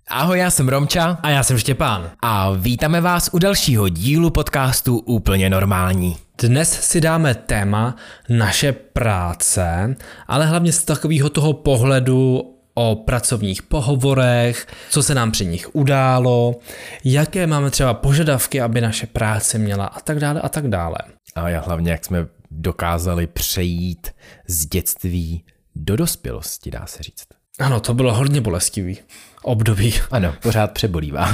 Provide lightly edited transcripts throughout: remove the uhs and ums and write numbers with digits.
Ahoj, já jsem Romča. A já jsem Štěpán. A vítáme vás u dalšího dílu podcastu Úplně normální. Dnes si dáme téma naše práce, ale hlavně z takového toho pohledu o pracovních pohovorech, co se nám při nich událo, jaké máme třeba požadavky, aby naše práce měla a tak dále a tak dále. A hlavně, jak jsme dokázali přejít z dětství do dospělosti, dá se říct. Ano, to bylo hodně bolestivý období. Ano, pořád přebolívá.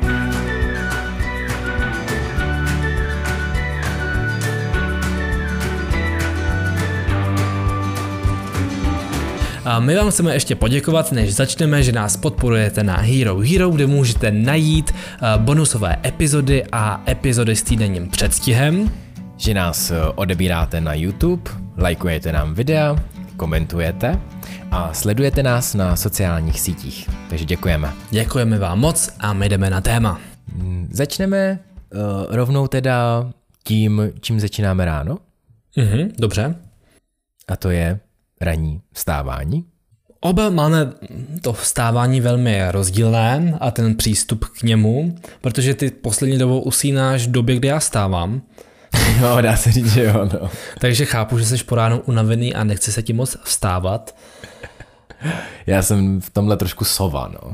A my vám chceme ještě poděkovat, než začneme, že nás podporujete na Hero Hero, kde můžete najít bonusové epizody a epizody s týdenním předstihem. Že nás odebíráte na YouTube, lajkujete nám videa, komentujete a sledujete nás na sociálních sítích. Takže děkujeme. Děkujeme vám moc a my jdeme na téma. Začneme rovnou teda tím, čím začínáme ráno. Dobře. A to je ranní vstávání. Oba máme to vstávání velmi rozdílné a ten přístup k němu, protože ty poslední dobou usínáš v době, kdy já vstávám. No, dá se říct, že jo, no. Takže chápu, že jsi po ránu unavený a nechci se ti moc vstávat. Já jsem v tomhle trošku sova, no.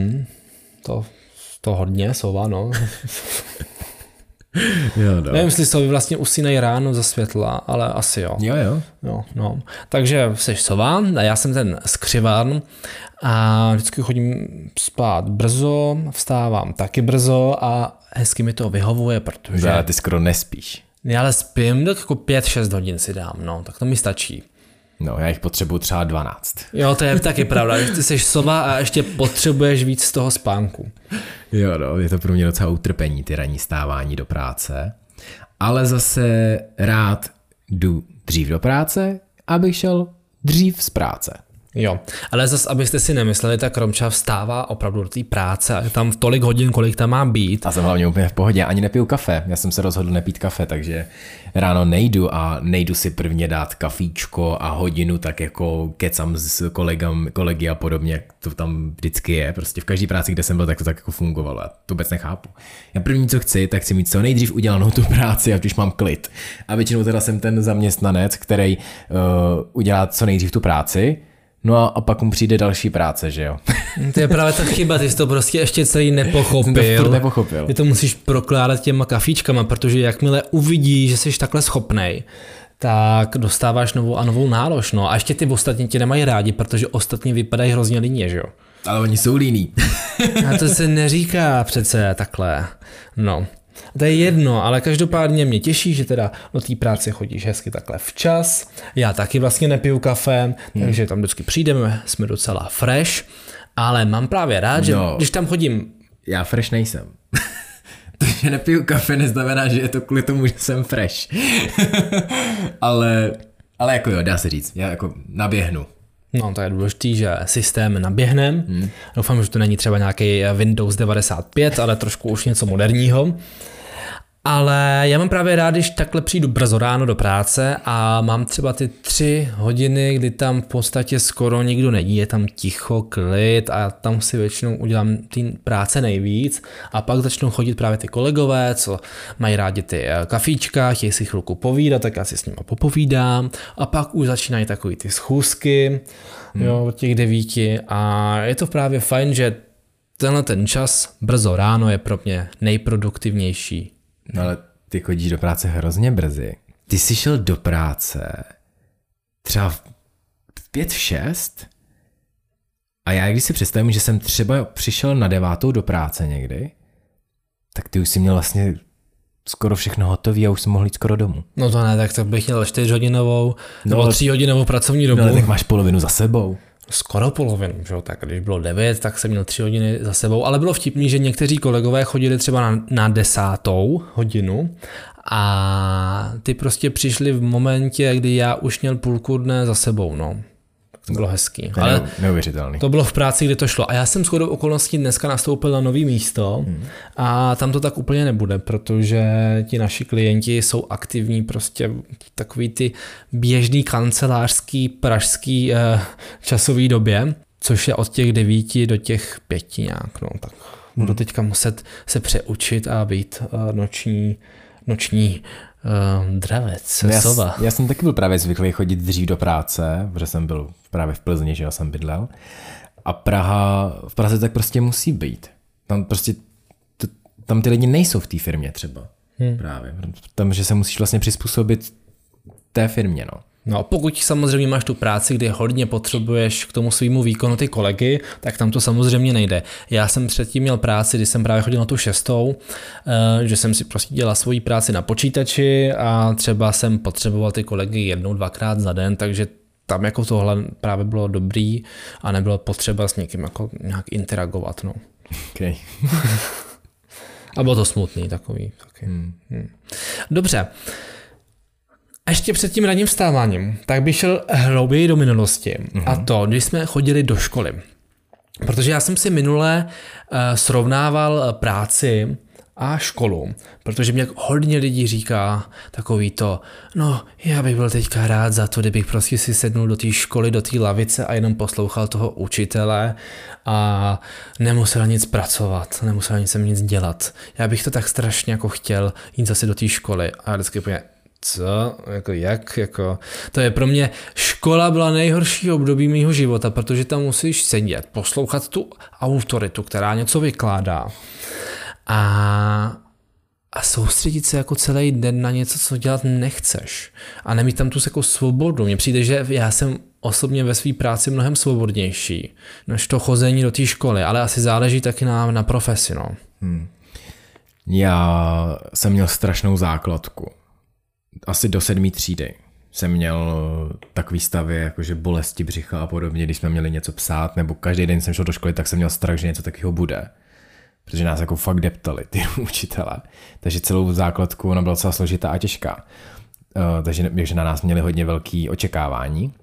To hodně sova, no. Jo, no. Nevím, jestli sovy vlastně usínají ráno za světla, ale asi jo. Jo. No. Takže jsi sova a já jsem ten skřivan a vždycky chodím spát brzo, vstávám taky brzo a hezky mi to vyhovuje, protože... Ale ty skoro nespíš. Já ale spím, tak jako 5-6 hodin si dám, no, tak to mi stačí. No, já jich potřebuju třeba 12. Jo, to je taky pravda, že ty jsi sova a ještě potřebuješ víc z toho spánku. Jo, no, je to pro mě docela utrpení, ty ranní stávání do práce. Ale zase rád jdu dřív do práce, abych šel dřív z práce. Jo, ale zase, abyste si nemysleli, tak Romča vstává opravdu do té práce a je tam v tolik hodin, kolik tam má být. A jsem hlavně úplně v pohodě, ani nepiju kafe. Já jsem se rozhodl nepít kafe, takže ráno nejdu si prvně dát kafíčko a hodinu tak jako kecam s kolegy a podobně, jak to tam vždycky je. Prostě v každé práci, kde jsem byl, tak to tak jako fungovalo. Já to vůbec nechápu. Já první, co chci, tak chci mít co nejdřív udělanou tu práci, ať už mám klid. A většinou teda jsem ten zaměstnanec, který udělá co nejdřív tu práci. No a pak mu přijde další práce, že jo? To je právě ta chyba, ty jsi to prostě ještě celý nepochopil. Ty to musíš prokládat těma kafíčkama, protože jakmile uvidíš, že jsi takhle schopnej, tak dostáváš novou a novou nálož. No a ještě ty ostatní tě nemají rádi, protože ostatní vypadají hrozně líně, že jo? Ale oni jsou líní. A to se neříká přece takhle. No. To je jedno, ale každopádně mě těší, že teda do té práce chodíš hezky takhle včas. Já taky vlastně nepiju kafe, takže tam vždycky přijdeme, jsme docela fresh, ale mám právě rád, že když tam chodím... Já fresh nejsem. To, že nepiju kafe, neznamená, že je to kvůli tomu, že jsem fresh. ale jako jo, dá se říct, já jako naběhnu. No to je důležitý, že systém naběhne. Doufám, že to není třeba nějaký Windows 95, ale trošku už něco moderního. Ale já mám právě rád, když takhle přijdu brzo ráno do práce a mám třeba ty 3 hodiny, kdy tam v podstatě skoro nikdo není, je tam ticho, klid a tam si většinou udělám ty práce nejvíc a pak začnou chodit právě ty kolegové, co mají rádi ty kafíčka, chtějí si chvilku povídat, tak já si s nimi popovídám a pak už začínají takový ty schůzky, jo, od těch 9 a je to právě fajn, že tenhle ten čas brzo ráno je pro mě nejproduktivnější. No ale ty chodíš do práce hrozně brzy. Ty jsi šel do práce třeba v 5-6 a já když si představím, že jsem třeba přišel na 9 do práce někdy, tak ty už jsi měl vlastně skoro všechno hotový a už jsi mohl jít skoro domů. No to ne, tak bych měl 4hodinovou nebo 3hodinovou pracovní dobu. No tak máš polovinu za sebou. Skoro polovinu, že? Tak když bylo 9, tak jsem měl 3 hodiny za sebou, ale bylo vtipný, že někteří kolegové chodili třeba na 10. hodinu a ty prostě přišli v momentě, kdy já už měl půlku dne za sebou, no. To bylo hezký. Ale neuvěřitelný. To bylo v práci, kde to šlo. A já jsem shodou okolností dneska nastoupil na nový místo a tam to tak úplně nebude, protože ti naši klienti jsou aktivní prostě takový ty běžný kancelářský pražský časový době. což je od těch 9 do těch 5 nějak, no, tak budu teďka muset se přeučit a být noční dravec, sova. Já jsem taky byl právě zvyklý chodit dřív do práce, protože jsem byl právě v Plzni, že já jsem bydlel. A v Praze tak prostě musí být. Tam prostě, tam ty lidi nejsou v té firmě třeba. Právě. Tam, že se musíš vlastně přizpůsobit té firmě, no. No, pokud samozřejmě máš tu práci, kdy hodně potřebuješ k tomu svýmu výkonu ty kolegy, tak tam to samozřejmě nejde. Já jsem předtím měl práci, když jsem právě chodil na tu 6, že jsem si prostě dělal svoji práci na počítači a třeba jsem potřeboval ty kolegy 1-2krát za den, takže tam jako tohle právě bylo dobrý a nebylo potřeba s někým jako nějak interagovat, no. Okay. A bylo to smutný takový. Dobře. A ještě před tím ranním vstáváním, tak bych šel hlouběji do minulosti. A to, když jsme chodili do školy. Protože já jsem si minule srovnával práci a školu, protože mě hodně lidí říká takový to, no já bych byl teďka rád za to, kdybych prostě si sednul do té školy, do té lavice a jenom poslouchal toho učitele a nemusel nic pracovat, nemusel nic dělat. Já bych to tak strašně jako chtěl jít zase do té školy a já vždycky úplně, co? Jako, to je pro mě, škola byla nejhorší období mýho života, protože tam musíš sedět, poslouchat tu autoritu, která něco vykládá a soustředit se jako celý den na něco, co dělat nechceš a nemít tam tu jako svobodu. Mně přijde, že já jsem osobně ve své práci mnohem svobodnější než to chození do té školy, ale asi záleží taky na profesi. No. Já jsem měl strašnou základku. Asi do 7. třídy jsem měl takový stavy, jakože bolesti břicha a podobně, když jsme měli něco psát, nebo každý den jsem šel do školy, tak jsem měl strach, že něco takového bude. Protože nás jako fakt deptali ty učitele. Takže celou základku ona byla docela složitá a těžká. Takže na nás měli hodně velké očekávání.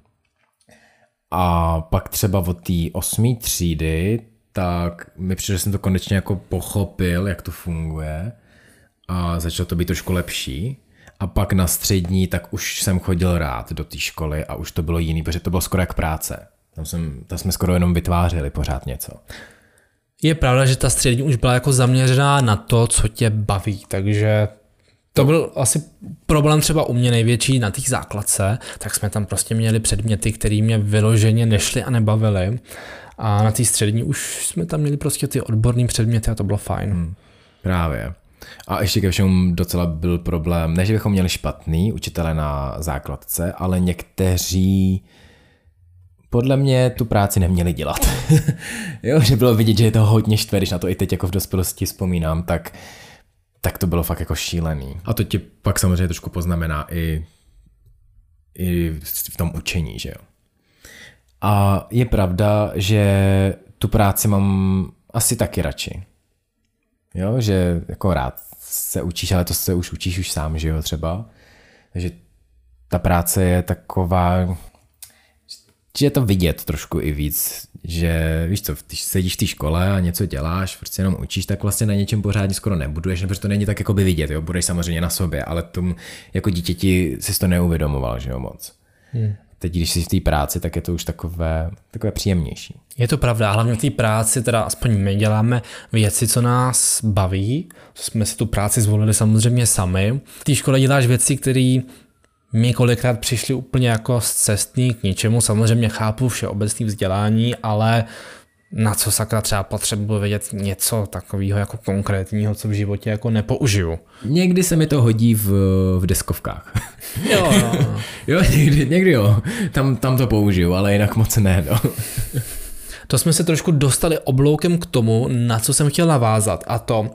A pak třeba od té 8. třídy, tak mi přišlo, že jsem to konečně jako pochopil, jak to funguje. A začalo to být trošku lepší. A pak na střední, tak už jsem chodil rád do té školy a už to bylo jiný, protože to bylo skoro jak práce. Tam jsme skoro jenom vytvářeli pořád něco. Je pravda, že ta střední už byla jako zaměřená na to, co tě baví, takže to byl asi problém třeba u mě největší na té základce, tak jsme tam prostě měli předměty, které mě vyloženě nešly a nebavily. A na té střední už jsme tam měli prostě ty odborné předměty a to bylo fajn. Právě. A ještě ke všemu docela byl problém, ne, že bychom měli špatný učitele na základce, ale někteří podle mě tu práci neměli dělat. Jo, že bylo vidět, že je to hodně štve, když na to i teď jako v dospělosti vzpomínám, tak to bylo fakt jako šílený. A to ti pak samozřejmě trošku poznamená i v tom učení, že jo. A je pravda, že tu práci mám asi taky radši. Jo, že jako rád se učíš, ale to se už učíš už sám, že jo, třeba. Takže ta práce je taková, že je to vidět trošku i víc, že víš co, když sedíš v té škole a něco děláš, prostě jenom učíš, tak vlastně na něčem pořádně skoro nebuduješ, protože to není tak jako by vidět, jo, budeš samozřejmě na sobě, ale tom jako dítěti jsi to neuvědomoval, že jo, moc. Teď, když jsi v té práci, tak je to už takové příjemnější. Je to pravda, hlavně v té práci, teda aspoň my děláme věci, co nás baví, jsme si tu práci zvolili samozřejmě sami. V té škole děláš věci, které mi kolikrát přišly úplně jako z cestní k ničemu, samozřejmě chápu všeobecné vzdělání, ale na co sakra třeba potřebuji vědět něco takového jako konkrétního, co v životě jako nepoužiju. Někdy se mi to hodí v deskovkách. Jo. Jo, někdy jo. Tam to použiju, ale jinak moc ne, no. To jsme se trošku dostali obloukem k tomu, na co jsem chtěl navázat, a to,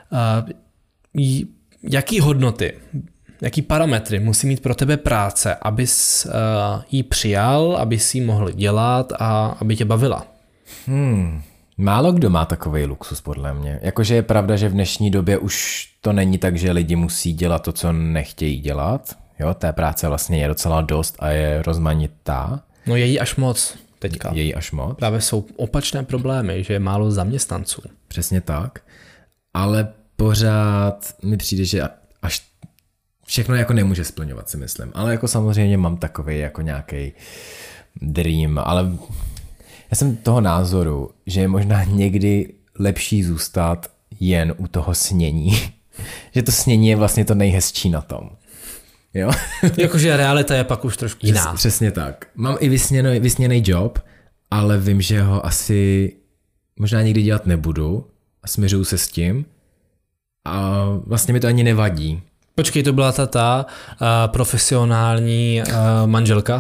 jaký hodnoty, jaký parametry musí mít pro tebe práce, abys ji přijal, abys ji mohl dělat a aby tě bavila. Málo kdo má takovej luxus, podle mě. Jakože je pravda, že v dnešní době už to není tak, že lidi musí dělat to, co nechtějí dělat. Jo, té práce vlastně je docela dost a je rozmanitá. No je jí až moc teďka. Je jí až moc. Právě jsou opačné problémy, že je málo zaměstnanců. Přesně tak. Ale pořád mi přijde, že až všechno jako nemůže splňovat, si myslím. Ale jako samozřejmě mám takovej jako nějaký dream, ale Já jsem toho názoru, že je možná někdy lepší zůstat jen u toho snění. Že to snění je vlastně to nejhezčí na tom. Jo? Jakože realita je pak už trošku jiná. Přesně tak. Mám i vysněný job, ale vím, že ho asi možná nikdy dělat nebudu a směřuju se s tím a vlastně mi to ani nevadí. Počkej, to byla ta profesionální manželka?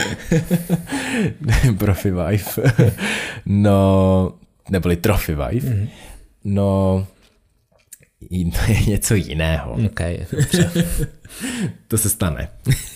Profi wife. No, neboli trophy wife. Mm-hmm. No, to je něco jiného. Okay, dobře. To se stane.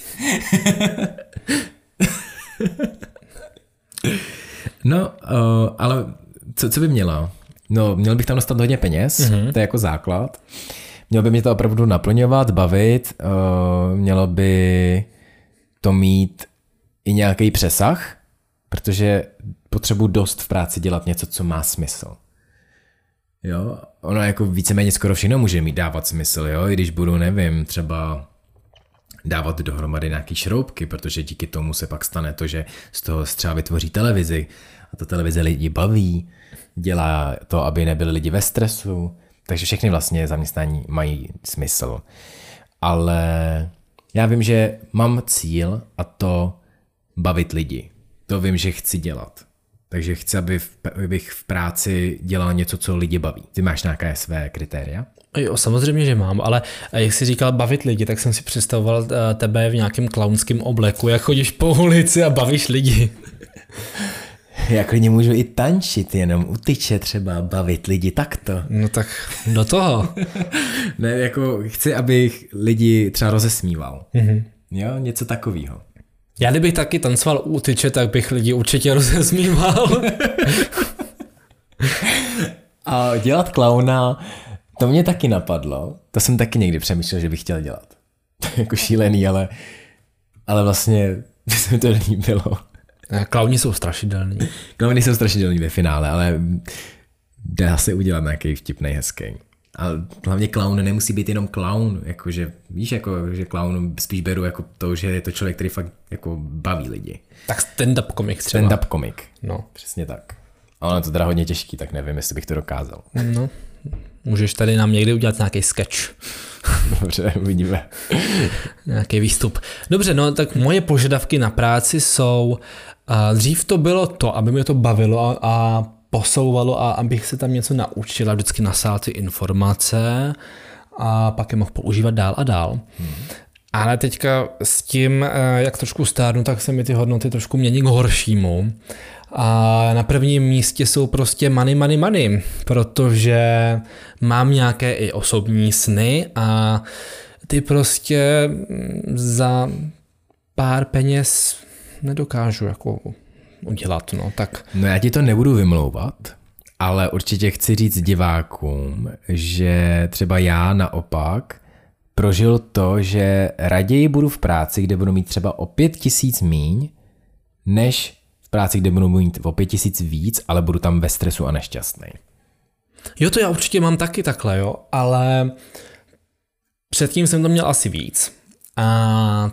No, ale co by měla? No, měl bych tam dostat hodně peněz, to je jako základ. Mělo by mě to opravdu naplňovat, bavit, mělo by to mít i nějaký přesah, protože potřebuji dost v práci dělat něco, co má smysl. Jo, ono jako víceméně skoro všechno může mít dávat smysl, jo, i když budu, nevím, třeba dávat dohromady nějaký šroubky, protože díky tomu se pak stane to, že z toho třeba vytvoří televizi a ta televize lidi baví, dělá to, aby nebyli lidi ve stresu, takže všechny vlastně zaměstnání mají smysl. Ale já vím, že mám cíl a to bavit lidi. To vím, že chci dělat. Takže chci, abych v práci dělal něco, co lidi baví. Ty máš nějaké své kritéria? Jo, samozřejmě, že mám, ale jak jsi říkal bavit lidi, tak jsem si představoval tebe v nějakém klaunském obleku, jak chodíš po ulici a bavíš lidi. Já klidně můžu i tančit, jenom u tyče třeba bavit lidi takto. No tak do toho. Ne, jako chci, abych lidi třeba rozesmíval. Mm-hmm. Jo, něco takového. Já kdybych taky tancoval u tyče, tak bych lidi určitě rozesmíval. A dělat klauna, to mě taky napadlo. To jsem taky někdy přemýšlel, že bych chtěl dělat. Jako šílený, ale vlastně by se mi to líbilo. Klauni jsou strašidelní. Klauni jsou strašidelní ve finále, ale dá se udělat nějaký vtipnej, hezký. A hlavně klaun nemusí být jenom klaun, jakože víš, jako, že klaun spíš beru jako to, že je to člověk, který fakt jako baví lidi. Tak stand-up komik třeba. Stand-up komik, no. Přesně tak. A ono je to teda hodně těžký, tak nevím, jestli bych to dokázal. No, můžeš tady nám někdy udělat nějaký sketch. Dobře, uvidíme. Nějaký výstup. Dobře, no tak moje požadavky na práci jsou, dřív to bylo to, aby mě to bavilo a posouvalo a abych se tam něco naučil a vždycky nasál ty informace a pak je mohl používat dál a dál. Ale teďka s tím, jak trošku stárnu, tak se mi ty hodnoty trošku mění k horšímu. A na prvním místě jsou prostě money, protože mám nějaké i osobní sny a ty prostě za pár peněz nedokážu jako udělat, no tak. No já ti to nebudu vymlouvat, ale určitě chci říct divákům, že třeba já naopak prožil to, že raději budu v práci, kde budu mít třeba o 5 000 míň, než v práci, kde budu mít o 5 000 víc, ale budu tam ve stresu a nešťastný. Jo, to já určitě mám taky takhle, jo, ale předtím jsem to měl asi víc a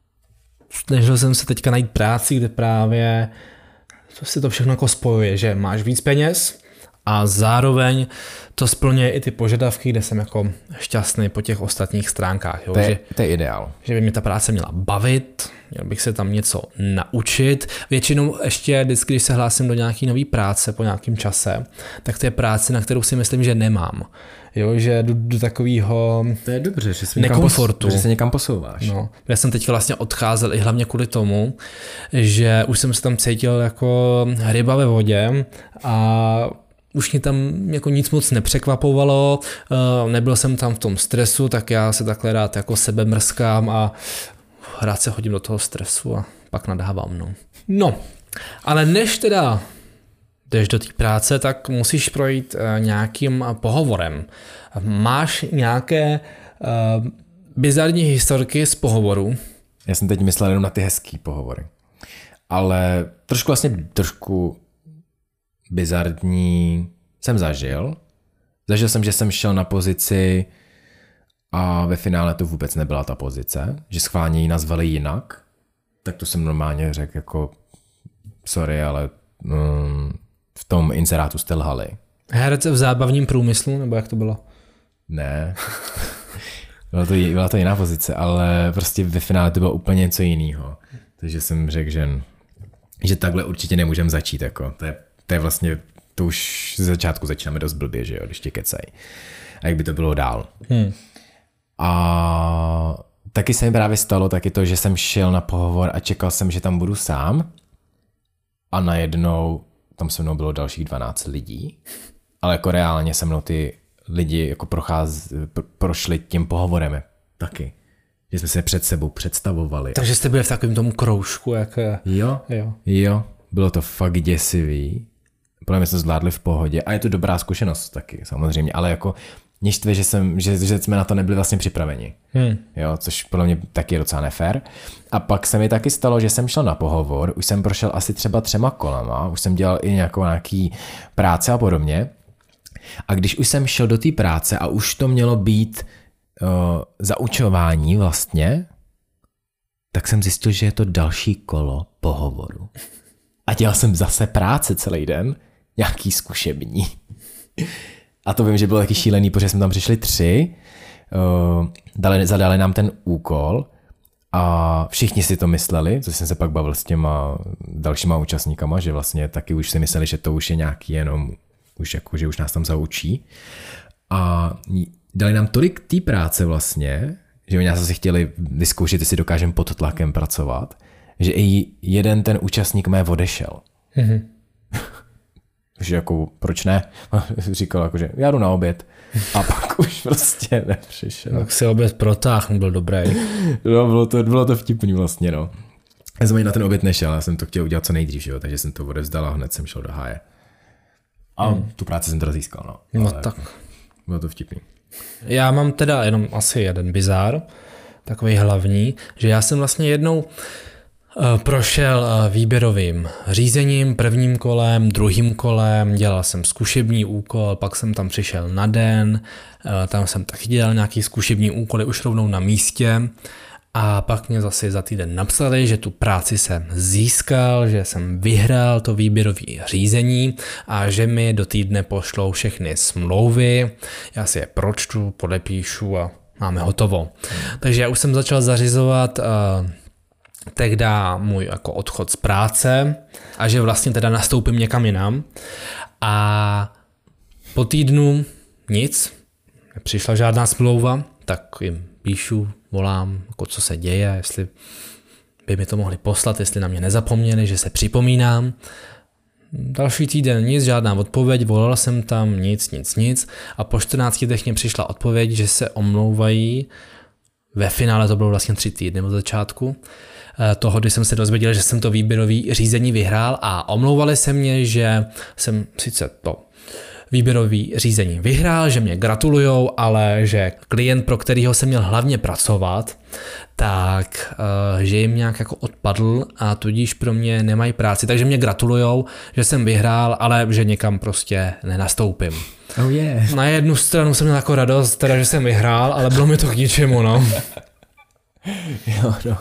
snažil jsem se teďka najít práci, kde právě si to všechno jako spojuje, že máš víc peněz a zároveň to splňuje i ty požadavky, kde jsem jako šťastný po těch ostatních stránkách. Jo? To je ideál. Že by mě ta práce měla bavit, měl bych se tam něco naučit. Většinou ještě vždycky, když se hlásím do nějaký nový práce po nějakém čase, tak to je práce, na kterou si myslím, že nemám. Jo, že jdu do takového to je dobře, že nekomfortu. Že se někam posouváš. No, já jsem teď vlastně odcházel i hlavně kvůli tomu, že už jsem se tam cítil jako ryba ve vodě a už mě tam jako nic moc nepřekvapovalo, nebyl jsem tam v tom stresu, tak já se takhle rád jako sebe mrskám a rád se hodím do toho stresu a pak nadávám. No, ale než teda jdeš do té práce, tak musíš projít nějakým pohovorem. Máš nějaké bizarní historky z pohovoru? Já jsem teď myslel jenom na ty hezký pohovory. Ale trošku bizarní jsem zažil. Zažil jsem, že jsem šel na pozici a ve finále to vůbec nebyla ta pozice, že schválně ji nazvali jinak. Tak to jsem normálně řekl jako sorry, ale v tom inzerátu jste lhali. Herec v zábavním průmyslu, nebo jak to bylo? Ne. Byla to jiná pozice, ale prostě ve finále to bylo úplně něco jiného. Takže jsem řekl, že takhle určitě nemůžeme začít. Jako. To je vlastně, to už z začátku začínáme dost blbě, že jo, když tě kecají. A jak by to bylo dál. A taky se mi právě stalo taky to, že jsem šel na pohovor a čekal jsem, že tam budu sám. A najednou tam se mnou bylo dalších 12 lidí. Ale jako reálně se mnou ty lidi jako prošli tím pohovorem taky. Že jsme se před sebou představovali. Takže jste byli v takovém tomu kroužku, jak... Jo, bylo to fakt děsivý. Podle mě jsme zvládli v pohodě a je to dobrá zkušenost taky samozřejmě, ale jako mě štve, že jsme na to nebyli vlastně připraveni. Jo, což podle mě taky je docela nefér. A pak se mi taky stalo, že jsem šel na pohovor, už jsem prošel asi třeba 3 kolama, už jsem dělal i nějaký práce a podobně. A když už jsem šel do té práce a už to mělo být zaučování vlastně, tak jsem zjistil, že je to další kolo pohovoru. A dělal jsem zase práce celý den, nějaký zkušební. A to vím, že bylo taky šílený, protože jsme tam přišli 3, zadali nám ten úkol a všichni si to mysleli, co jsem se pak bavil s těma dalšíma účastníkama, že vlastně taky už si mysleli, že to už je nějaký jenom, už jako, že už nás tam zaučí. A dali nám tolik té práce vlastně, že oni nás zase chtěli vyzkoušet, jestli dokážeme pod tlakem pracovat, že i jeden ten účastník mé odešel. Takže jako, proč ne? Říkal jako, že já jdu na oběd. A pak už prostě nepřišel. Tak si oběd protáhl, byl dobrý. No, bylo to vtipný vlastně, no. Já jsem ani na ten oběd nešel, já jsem to chtěl udělat co nejdřív, jo, takže jsem to odevzdal a hned jsem šel do háje. A tu práci jsem teda získal, no. No tak. Bylo to vtipný. Já mám teda jenom asi jeden bizár, takový hlavní, že já jsem vlastně jednou prošel výběrovým řízením, prvním kolem, druhým kolem, dělal jsem zkušební úkol, pak jsem tam přišel na den, tam jsem taky dělal nějaký zkušební úkoly už rovnou na místě a pak mě zase za týden napsali, že tu práci jsem získal, že jsem vyhrál to výběrové řízení a že mi do týdne pošlou všechny smlouvy, já si je pročtu, podepíšu a máme hotovo. Takže já už jsem začal zařizovat tehdy můj jako odchod z práce a že vlastně teda nastoupím někam jinam a po týdnu nic, nepřišla žádná smlouva, tak jim píšu, volám, jako co se děje, jestli by mi to mohli poslat, jestli na mě nezapomněli, že se připomínám. Další týden nic, žádná odpověď, volal jsem tam, nic a po 14 dnech mě přišla odpověď, že se omlouvají, ve finále to bylo vlastně 3 týdny od začátku, toho, kdy jsem se dozvěděl, že jsem to výběrové řízení vyhrál a omlouvali se mě, že jsem sice to výběrové řízení vyhrál, že mě gratulujou, ale že klient, pro kterýho jsem měl hlavně pracovat, tak že jim nějak jako odpadl a tudíž pro mě nemají práci, takže mě gratulujou, že jsem vyhrál, ale že někam prostě nenastoupím. Oh yeah. Na jednu stranu jsem měl jako radost, teda, že jsem vyhrál, ale bylo mi to k ničemu, no. Jo, no.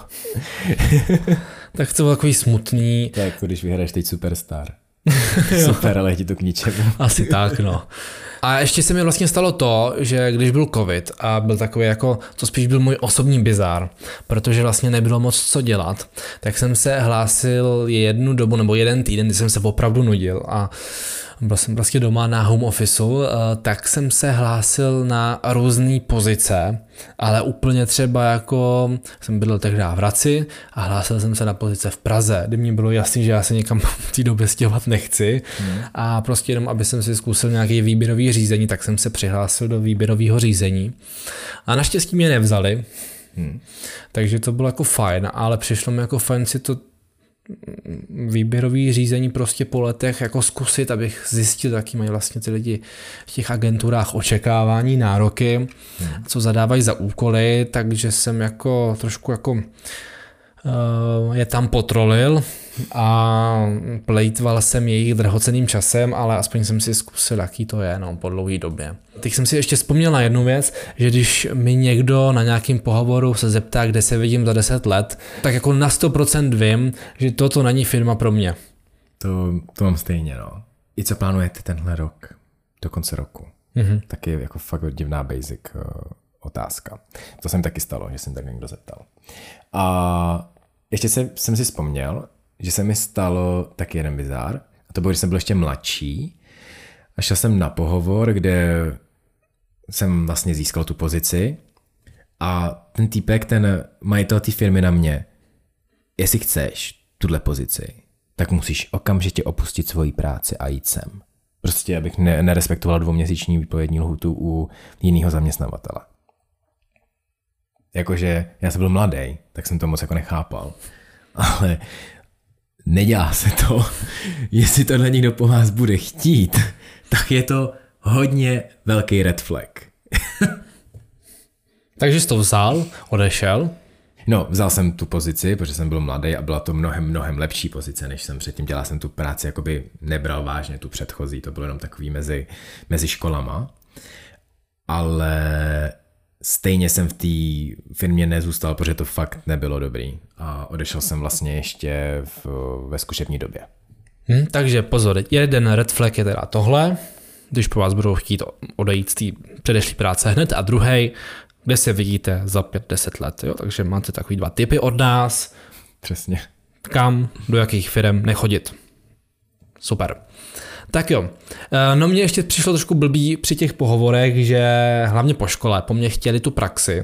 Tak to bylo takový smutný. To je jako když vyhraješ teď Superstar. Super, ale je ti to k ničemu. Asi tak, no. A ještě se mi vlastně stalo to, že když byl covid a byl takový jako, to spíš byl můj osobní bizár, protože vlastně nebylo moc co dělat, tak jsem se hlásil jednu dobu nebo jeden týden, kdy jsem se opravdu nudil a byl jsem prostě doma na home officeu, tak jsem se hlásil na různé pozice, ale úplně třeba jako jsem bydlel tehdy v Hradci a hlásil jsem se na pozice v Praze, kdy mě bylo jasný, že já se někam v té době stěhovat nechci a prostě jenom, aby jsem si zkusil nějaký výběrový řízení, tak jsem se přihlásil do výběrového řízení a naštěstí mě nevzali, takže to bylo jako fajn, ale přišlo mi jako fajn si to výběrový řízení prostě po letech jako zkusit, abych zjistil, jaký mají vlastně ty lidi v těch agenturách očekávání, nároky, co zadávají za úkoly, takže jsem jako trošku jako je tam potrolil a plejtval jsem jejich drahocenným časem, ale aspoň jsem si zkusil, jaký to je po dlouhé době. Teď jsem si ještě vzpomněl na jednu věc, že když mi někdo na nějakém pohovoru se zeptá, kde se vidím za 10 let, tak jako na 100% vím, že toto není firma pro mě. To mám stejně, no. I co plánujete tenhle rok, do konce roku? Tak je jako fakt divná basic otázka. To se mi taky stalo, že jsem tak někdo zeptal. A ještě jsem si vzpomněl, že se mi stalo taky jeden bizár. A to bylo, když jsem byl ještě mladší. A šel jsem na pohovor, kde jsem vlastně získal tu pozici. A ten týpek, ten majitel té firmy na mě, jestli chceš tuhle pozici, tak musíš okamžitě opustit svoji práci a jít sem. Prostě abych nerespektoval 2měsíční výpovědní lhůtu u jiného zaměstnavatele. Jakože já jsem byl mladý, tak jsem to moc jako nechápal. Ale nedělá se to. Jestli tohle někdo po vás bude chtít, tak je to hodně velký red flag. Takže jsi to vzal, odešel. No, vzal jsem tu pozici, protože jsem byl mladý a byla to mnohem lepší pozice, než jsem předtím dělal. Jsem tu práci jakoby nebral vážně, tu předchozí, to bylo jenom takový mezi školama. Ale stejně jsem v té firmě nezůstal, protože to fakt nebylo dobrý. A odešel jsem vlastně ještě ve zkušební době. Takže pozor, jeden red flag je teda tohle, když po vás budou chtít odejít z té předešlé práce hned, a druhý, kde se vidíte za 5-10 let. Jo? Takže máte takový 2 tipy od nás. Přesně. Kam, do jakých firm nechodit. Super. Tak jo, no mně ještě přišlo trošku blbý při těch pohovorech, že hlavně po škole po mně chtěli tu praxi.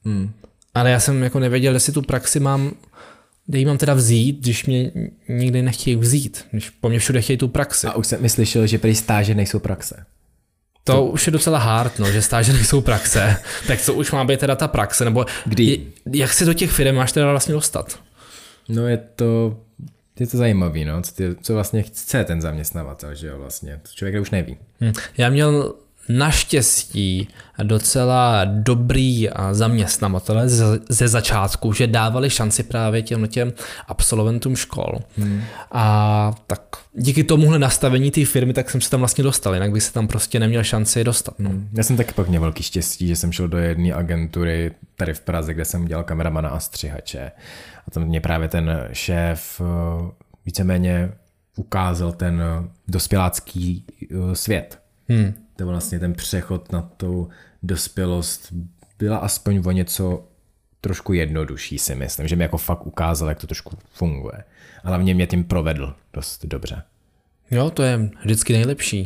Ale já jsem jako nevěděl, jestli tu praxi kde ji mám teda vzít, když mě nikdy nechtějí vzít. Když po mně všude chtějí tu praxi. A už jsem mi slyšel, že prý stáže nejsou praxe. To už je docela hard, no, že stáže nejsou praxe. Tak co už má být teda ta praxe? Nebo jak se do těch firm máš teda vlastně dostat? No je to zajímavý, no, co vlastně chce ten zaměstnavatel, že jo, vlastně, to člověk už neví. Já měl naštěstí docela dobrý zaměstnavatele ze začátku, že dávali šanci právě těm absolventům škol. A tak díky tomuhle nastavení té firmy, tak jsem se tam vlastně dostal, jinak bych se tam prostě neměl šanci dostat. No. Já jsem taky pak měl velký štěstí, že jsem šel do jedné agentury tady v Praze, kde jsem dělal kameramana a střihače. A tam mě právě ten šéf víceméně ukázal ten dospělácký svět. To vlastně ten přechod na tu dospělost byla aspoň o něco trošku jednodušší, si myslím, že mi jako fakt ukázal, jak to trošku funguje. A hlavně mě tím provedl dost dobře. Jo, to je vždycky nejlepší.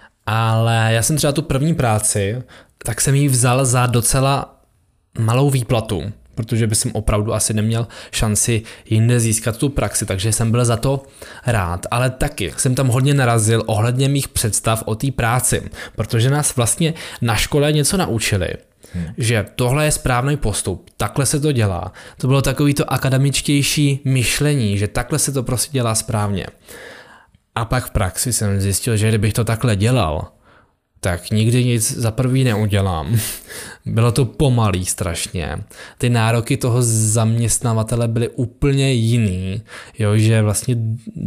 Ale já jsem třeba tu první práci, tak jsem ji vzal za docela malou výplatu, protože by jsem opravdu asi neměl šanci jinde získat tu praxi, takže jsem byl za to rád. Ale taky jsem tam hodně narazil ohledně mých představ o té práci, protože nás vlastně na škole něco naučili, že tohle je správný postup, takhle se to dělá. To bylo takový to akademičtější myšlení, že takhle se to prostě dělá správně. A pak v praxi jsem zjistil, že kdybych to takhle dělal, tak nikdy nic za prvý neudělám. Bylo to pomalý strašně. Ty nároky toho zaměstnavatele byly úplně jiný, jo, že vlastně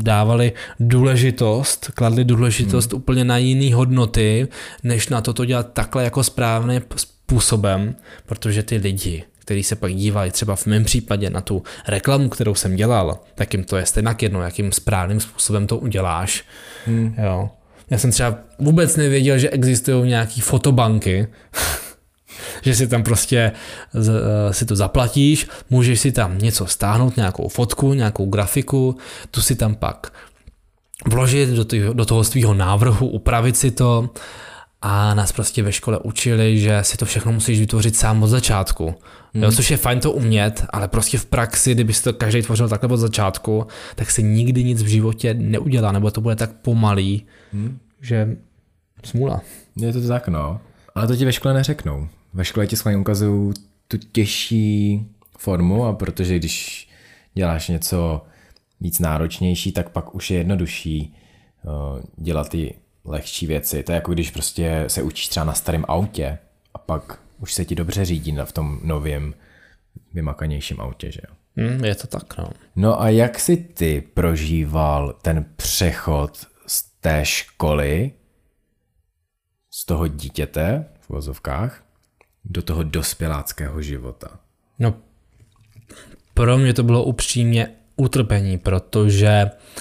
kladli důležitost úplně na jiný hodnoty, než na to dělat takhle jako správným způsobem, protože ty lidi, kteří se pak dívají třeba v mém případě na tu reklamu, kterou jsem dělal, tak jim to je stejně jedno, jakým správným způsobem to uděláš. Jo. Já jsem třeba vůbec nevěděl, že existují nějaký fotobanky, že si tam prostě si to zaplatíš, můžeš si tam něco stáhnout, nějakou fotku, nějakou grafiku, tu si tam pak vložit do toho svého návrhu, upravit si to, a nás prostě ve škole učili, že si to všechno musíš vytvořit sám od začátku. Jo, což je fajn to umět, ale prostě v praxi, kdyby si to každý tvořil takhle od začátku, tak se nikdy nic v životě neudělá, nebo to bude tak pomalý, že smůla. Je to tak, no. Ale to ti ve škole neřeknou. Ve škole ti schválně ukazují tu těžší formu, a protože když děláš něco víc náročnější, tak pak už je jednodušší dělat ty lehčí věci. To je jako když prostě se učíš třeba na starém autě a pak už se ti dobře řídí v tom novém vymakanějším autě, že jo? Je to tak, no. No a jak jsi ty prožíval ten přechod z té školy, z toho dítěte v uvozovkách, do toho dospěláckého života? No, pro mě to bylo upřímně utrpení, protože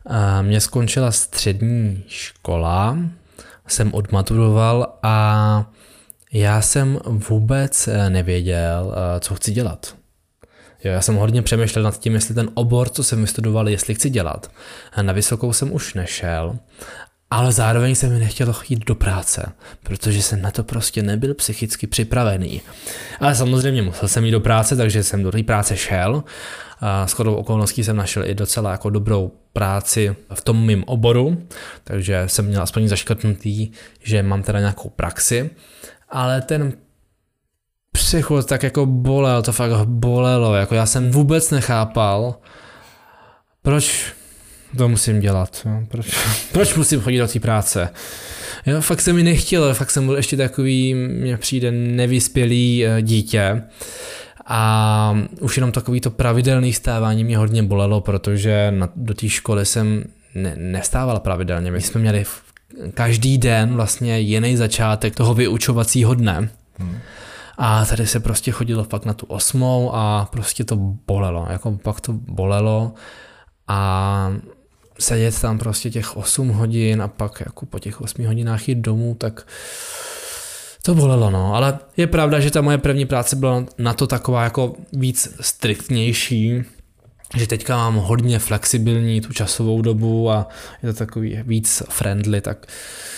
Mně skončila střední škola, jsem odmaturoval a já jsem vůbec nevěděl, co chci dělat. Jo, já jsem hodně přemýšlel nad tím, jestli ten obor, co jsem vystudoval, jestli chci dělat. Na vysokou jsem už nešel, ale zároveň jsem mi nechtěl jít do práce, protože jsem na to prostě nebyl psychicky připravený. Ale samozřejmě musel jsem jít do práce, takže jsem do té práce šel. Shodou okolností jsem našel i docela jako dobrou práci v tom mým oboru, takže jsem měl aspoň zaškrtnutý, že mám teda nějakou praxi, ale ten přechod tak jako bolel, to fakt bolelo, jako já jsem vůbec nechápal, proč to musím dělat, jo? Proč musím chodit do té práce. Jo, fakt se mi nechtělo, fakt jsem byl ještě takový, mně přijde nevyspělý dítě a už jenom takový to pravidelné stávání mě hodně bolelo, protože do té školy jsem nestával pravidelně, my jsme měli každý den vlastně jiný začátek toho vyučovacího dne. A tady se prostě chodilo fakt na tu 8. a prostě to bolelo, jako pak to bolelo a sedět tam prostě těch 8 hodin a pak jako po těch 8 hodinách jít domů, tak to bolelo, no. Ale je pravda, že ta moje první práce byla na to taková jako víc striktnější, že teďka mám hodně flexibilní tu časovou dobu a je to takový víc friendly, tak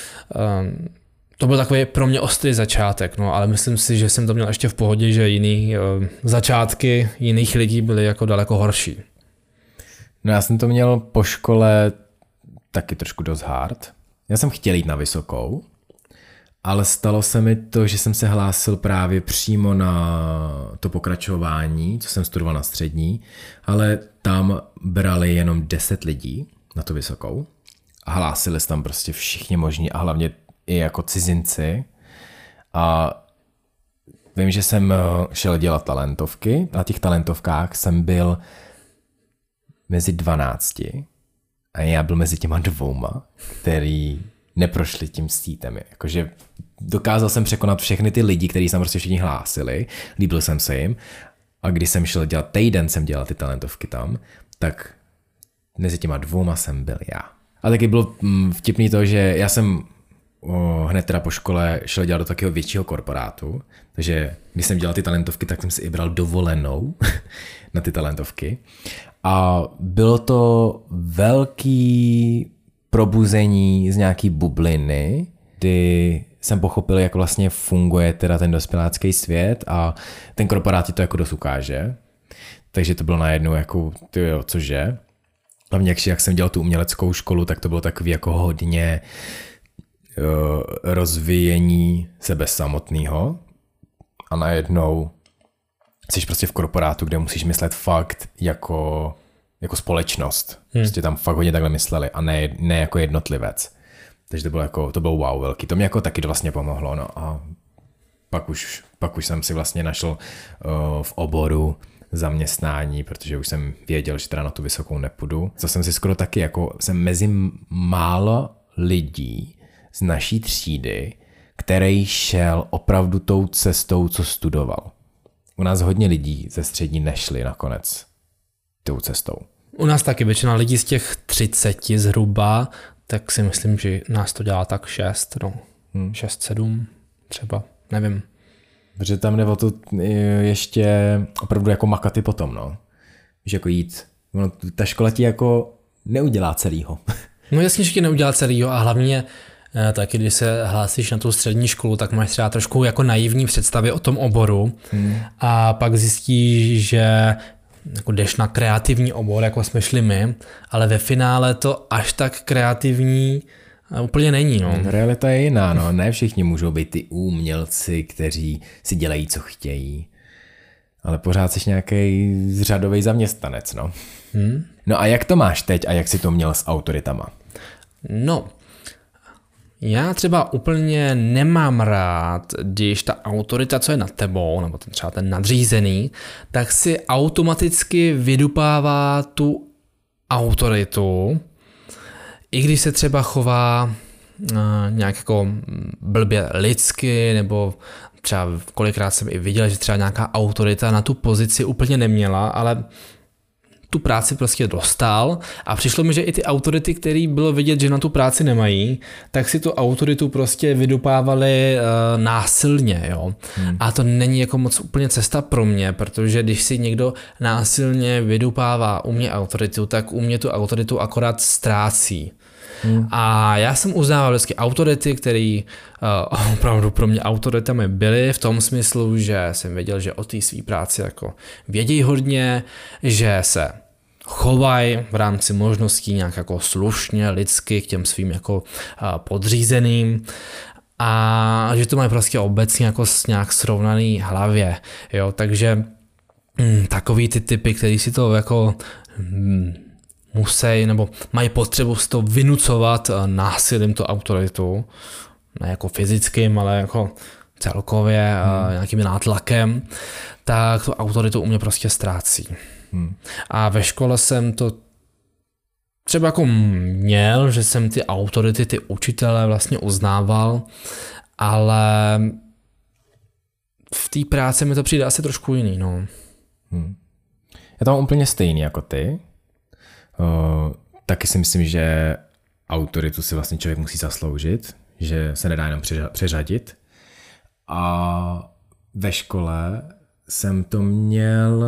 to byl takový pro mě ostrý začátek, no, ale myslím si, že jsem to měl ještě v pohodě, že jiný začátky jiných lidí byly jako daleko horší. No já jsem to měl po škole taky trošku dost hard. Já jsem chtěl jít na vysokou, ale stalo se mi to, že jsem se hlásil právě přímo na to pokračování, co jsem studoval na střední, ale tam brali jenom 10 lidí na tu vysokou a hlásili se tam prostě všichni možní a hlavně i jako cizinci. A vím, že jsem šel dělat talentovky. Na těch talentovkách jsem byl mezi 12 a já byl mezi těma 2, který neprošli tím sítem. Jakože dokázal jsem překonat všechny ty lidi, kteří se prostě všichni hlásili, líbil jsem se jim a když jsem šel dělat, týden jsem dělal ty talentovky tam, tak mezi těma 2 jsem byl já. A taky bylo vtipný to, že já jsem hned teda po škole šel dělat do takového většího korporátu, takže když jsem dělal ty talentovky, tak jsem si i bral dovolenou na ty talentovky. A bylo to velký probuzení z nějaký bubliny, kdy jsem pochopil, jak vlastně funguje teda ten dospělácký svět a ten korporát ti to jako dost ukáže. Takže to bylo najednou jako, tyjo, cože. Hlavně jak jsem dělal tu uměleckou školu, tak to bylo takový jako hodně rozvíjení sebe samotného a najednou jsi prostě v korporátu, kde musíš myslet fakt jako společnost. Prostě tam fakt hodně takhle mysleli a ne jako jednotlivec. Takže to bylo wow velký. To mě jako taky vlastně pomohlo. No a pak už jsem si vlastně našel v oboru zaměstnání, protože už jsem věděl, že teda na tu vysokou nepůjdu. Co jsem si skoro taky, jako jsem mezi málo lidí z naší třídy, který šel opravdu tou cestou, co studoval. U nás hodně lidí ze střední nešli nakonec tou cestou. U nás taky většina lidí z těch 30 zhruba, tak si myslím, že nás to dělá tak 6, 6-7 třeba, nevím. Protože tam jde o to ještě opravdu jako makat i potom, no. Víš, jako jít. Ta škola ti jako neudělá celýho. No jasně, že ti neudělá celýho a hlavně taky, když se hlásíš na tu střední školu, tak máš třeba trošku jako naivní představy o tom oboru a pak zjistíš, že jako jdeš na kreativní obor, jako jsme šli my, ale ve finále to až tak kreativní úplně není. No. Realita je jiná, no. Ne všichni můžou být ty umělci, kteří si dělají, co chtějí. Ale pořád jsi nějaký řadový zaměstnanec, no. No a jak to máš teď a jak jsi to měl s autoritama? No, já třeba úplně nemám rád, když ta autorita, co je nad tebou, nebo třeba ten nadřízený, tak si automaticky vydupává tu autoritu, i když se třeba chová nějak jako blbě lidsky, nebo třeba kolikrát jsem i viděl, že třeba nějaká autorita na tu pozici úplně neměla, ale tu práci prostě dostal a přišlo mi, že i ty autority, který bylo vidět, že na tu práci nemají, tak si tu autoritu prostě vydupávali násilně, jo. A to není jako moc úplně cesta pro mě, protože když si někdo násilně vydupává u mě autoritu, tak u mě tu autoritu akorát ztrácí. A já jsem uznával vždycky autority, který opravdu pro mě autoritami byly v tom smyslu, že jsem věděl, že o té své práci jako vědějí hodně, že se chovají v rámci možností nějak jako slušně, lidsky k těm svým jako podřízeným a že to mají prostě obecně jako nějak srovnaný hlavě, jo, takže takový ty typy, který si to jako musí nebo mají potřebu si to vynucovat násilím tu autoritu, ne jako fyzickým, ale jako celkově nějakým nátlakem, tak tu autoritu u mě prostě ztrácí. A ve škole jsem to třeba jako měl, že jsem ty autority, ty učitele vlastně uznával, ale v té práci mi to přijde asi trošku jiný, no. Já to mám úplně stejný jako ty. Taky si myslím, že autoritu si vlastně člověk musí zasloužit, že se nedá jenom přeřadit. A ve škole jsem to měl...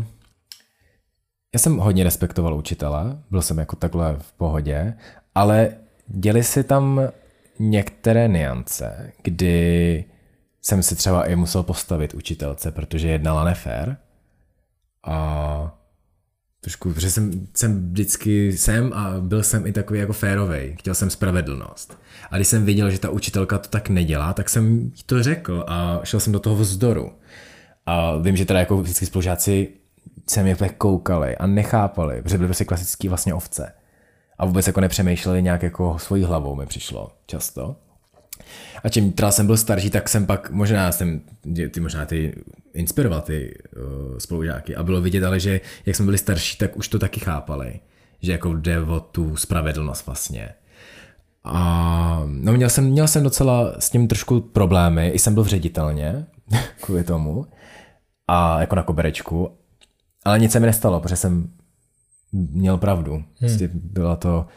Já jsem hodně respektoval učitele, byl jsem jako takhle v pohodě, ale děly si tam některé nuance, kdy jsem si třeba i musel postavit učitelce, protože jednala nefér. A trošku, protože jsem vždycky a byl jsem i takový jako férovej, chtěl jsem spravedlnost. A když jsem viděl, že ta učitelka to tak nedělá, tak jsem jí to řekl a šel jsem do toho vzdoru. A vím, že teda jako vždycky spolužáci se mě koukali a nechápali, protože byli prostě klasický vlastně ovce. A vůbec jako nepřemýšleli nějak jako svojí hlavou, mi přišlo často. A čím teda jsem byl starší, tak jsem pak možná ty inspiroval ty spolužáky a bylo vidět, ale že jak jsme byli starší, tak už to taky chápali, že jako jde o tu spravedlnost vlastně. A no měl jsem docela s tím trošku problémy, i jsem byl v ředitelně kvůli tomu a jako na koberečku, ale nic se mi nestalo, protože jsem měl pravdu. Prostě byla to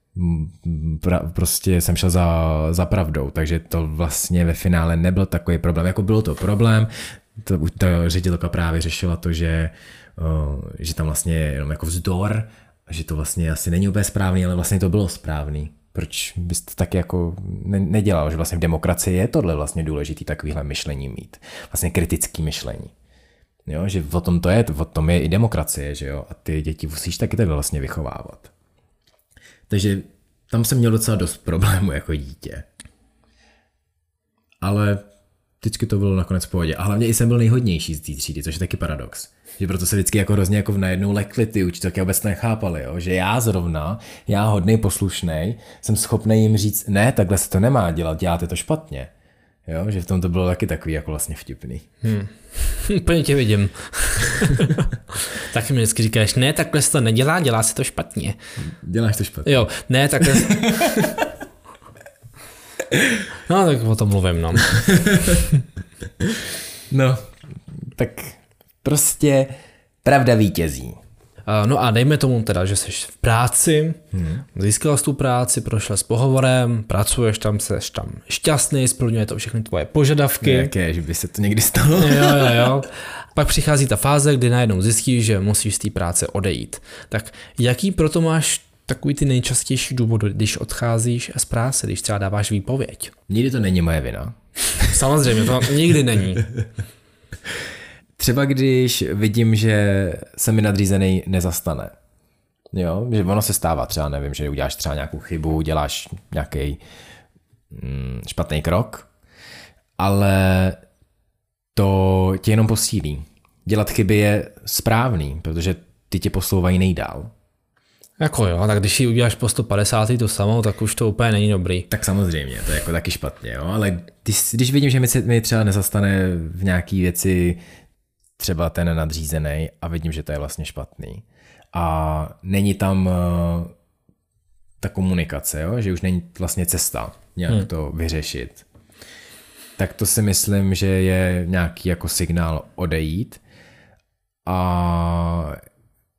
prostě jsem šel za pravdou, takže to vlastně ve finále nebyl takový problém. Jako bylo to problém, ta ředitelka právě řešila to, že tam vlastně je jenom jako vzdor, že to vlastně asi není úplně správný, ale vlastně to bylo správný. Proč bys to taky jako nedělal, že vlastně v demokracii je tohle vlastně důležitý takovýhle myšlení mít. Vlastně kritický myšlení. Jo, že o tom to je, o tom je i demokracie, že jo, a ty děti musíš taky takhle vlastně vychovávat. Takže tam jsem měl docela dost problémů jako dítě. Ale vždycky to bylo nakonec v pohodě. A hlavně i jsem byl nejhodnější z té třídy, což je taky paradox. Že proto se vždycky jako hrozně jako najednou lekli ty učitelky vůbec nechápali, jo? Že já hodnej poslušnej, jsem schopný jim říct, ne, takhle se to nemá dělat, děláte to špatně. Jo? Že v tom to bylo taky takový jako vlastně vtipný. Úplně tě vidím. Taky mi vždycky říkáš, ne, takhle se to nedělá, dělá se to špatně. Děláš to špatně. Jo, ne, takhle... No, tak o tom mluvím, no. No, tak prostě pravda vítězí. No a dejme tomu teda, že jsi v práci, získal jsi tu práci, prošel s pohovorem, pracuješ tam, seš tam šťastný, splňuje to všechny tvoje požadavky. Jaké, že by se to někdy stalo. Jo. Pak přichází ta fáze, kdy najednou zjistíš, že musíš z té práce odejít. Tak jaký proto máš takový ty nejčastější důvody, když odcházíš z práce, když třeba dáváš výpověď? Nikdy to není moje vina. Samozřejmě, to nikdy není. Třeba když vidím, že se mi nadřízený nezastane. Jo, že ono se stává třeba, nevím, že uděláš třeba nějakou chybu, děláš nějaký špatný krok, ale to tě jenom posílí. Dělat chyby je správný, protože ty tě posouvají nejdál. Jako jo, tak když ji uděláš po 150. to samou, tak už to úplně není dobrý. Tak samozřejmě, to je jako taky špatně, jo, ale když vidím, že mi třeba nezastane v nějaký věci třeba ten nadřízený a vidím, že to je vlastně špatný. A není tam ta komunikace, jo? Že už není vlastně cesta nějak to vyřešit. Tak to si myslím, že je nějaký jako signál odejít. A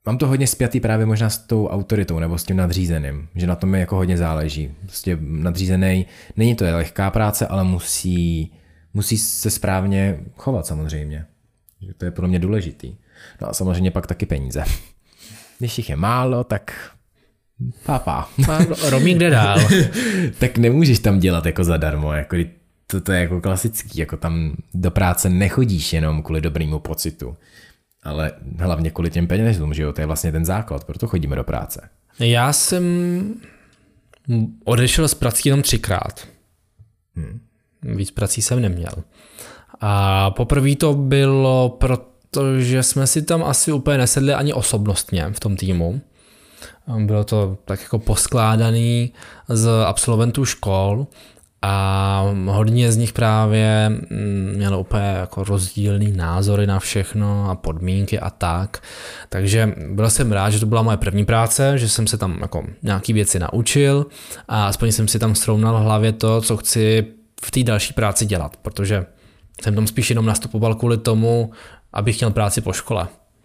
mám to hodně spjatý právě možná s tou autoritou nebo s tím nadřízeným, že na tom mi jako hodně záleží. Prostě nadřízený, není to lehká práce, ale musí se správně chovat samozřejmě. To je pro mě důležitý. No a samozřejmě pak taky peníze. Když jich je málo, tak pápa. Romík jde dál. Tak nemůžeš tam dělat jako zadarmo, jako to je jako klasický, jako tam do práce nechodíš jenom kvůli dobrému pocitu, ale hlavně kvůli těm penězům, že jo, to je vlastně ten základ, proto chodíme do práce. Já jsem odešel z prací jenom 3krát. Víc prací jsem neměl. A poprvé to bylo, protože jsme si tam asi úplně nesedli ani osobnostně v tom týmu. Bylo to tak jako poskládaný z absolventů škol a hodně z nich právě mělo úplně jako rozdílný názory na všechno a podmínky a tak. Takže byl jsem rád, že to byla moje první práce, že jsem se tam jako nějaký věci naučil a aspoň jsem si tam srovnal v hlavě to, co chci v té další práci dělat, protože jsem tam spíš jenom nastupoval kvůli tomu, abych měl práci po škole.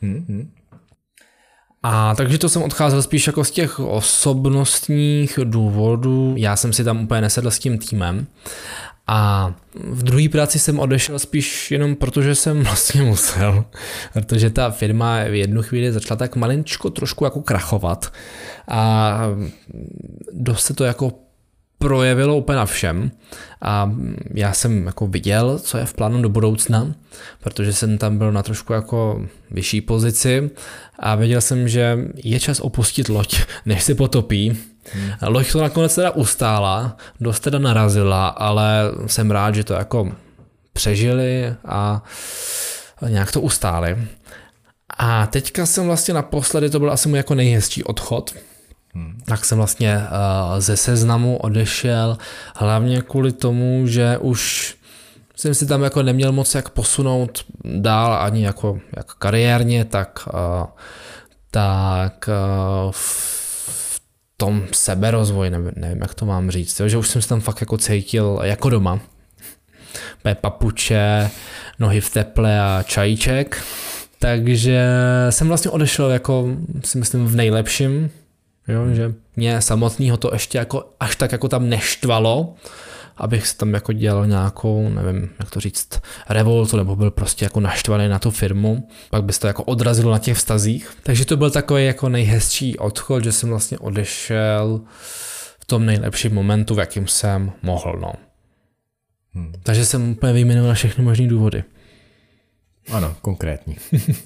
A takže to jsem odcházel spíš jako z těch osobnostních důvodů. Já jsem si tam úplně nesedl s tím týmem. A v druhé práci jsem odešel spíš jenom protože jsem vlastně musel. Protože ta firma v jednu chvíli začala tak malinčko trošku jako krachovat. A dost se to jako projevilo úplně na všem a já jsem jako viděl, co je v plánu do budoucna, protože jsem tam byl na trošku jako vyšší pozici a věděl jsem, že je čas opustit loď, než se potopí. Loď to nakonec teda ustála, dost teda narazila, ale jsem rád, že to jako přežili a nějak to ustáli. A teďka jsem vlastně naposledy, to byl asi můj jako nejhezčí odchod, tak jsem vlastně ze Seznamu odešel hlavně kvůli tomu, že už jsem si tam jako neměl moc jak posunout dál ani jako jak kariérně, tak v tom seberozvoji, nevím jak to mám říct, že už jsem se tam fakt jako cítil jako doma. Papuče, nohy v teple a čajíček, takže jsem vlastně odešel jako si myslím v nejlepším. Jo, že mě samotného to ještě jako až tak jako tam neštvalo, abych si tam jako dělal nějakou, nevím, jak to říct, revoltu, nebo byl prostě jako naštvaný na tu firmu, pak by se to jako odrazilo na těch vztazích. Takže to byl takový jako nejhezčí odchod, že jsem vlastně odešel v tom nejlepším momentu, v jakým jsem mohl, no. Takže jsem úplně vyjmenoval všechny možný důvody. Ano, konkrétní.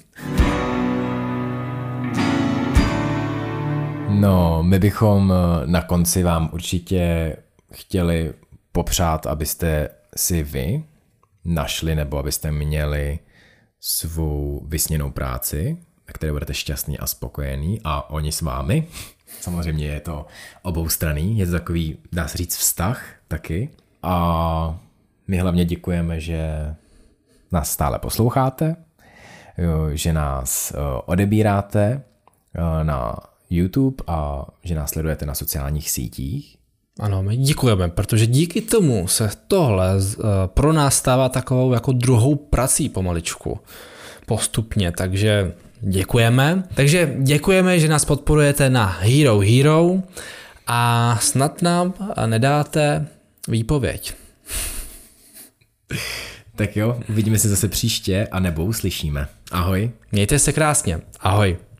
No, my bychom na konci vám určitě chtěli popřát, abyste si vy našli nebo abyste měli svou vysněnou práci, na které budete šťastný a spokojený a oni s vámi. Samozřejmě je to oboustranný, je to takový, dá se říct, vztah taky. A my hlavně děkujeme, že nás stále posloucháte, že nás odebíráte na YouTube a že nás sledujete na sociálních sítích. Ano, my děkujeme, protože díky tomu se tohle pro nás stává takovou jako druhou prací pomaličku postupně, takže děkujeme. Takže děkujeme, že nás podporujete na Hero Hero a snad nám nedáte výpověď. Tak jo, uvidíme se zase příště a nebo uslyšíme. Ahoj. Mějte se krásně. Ahoj.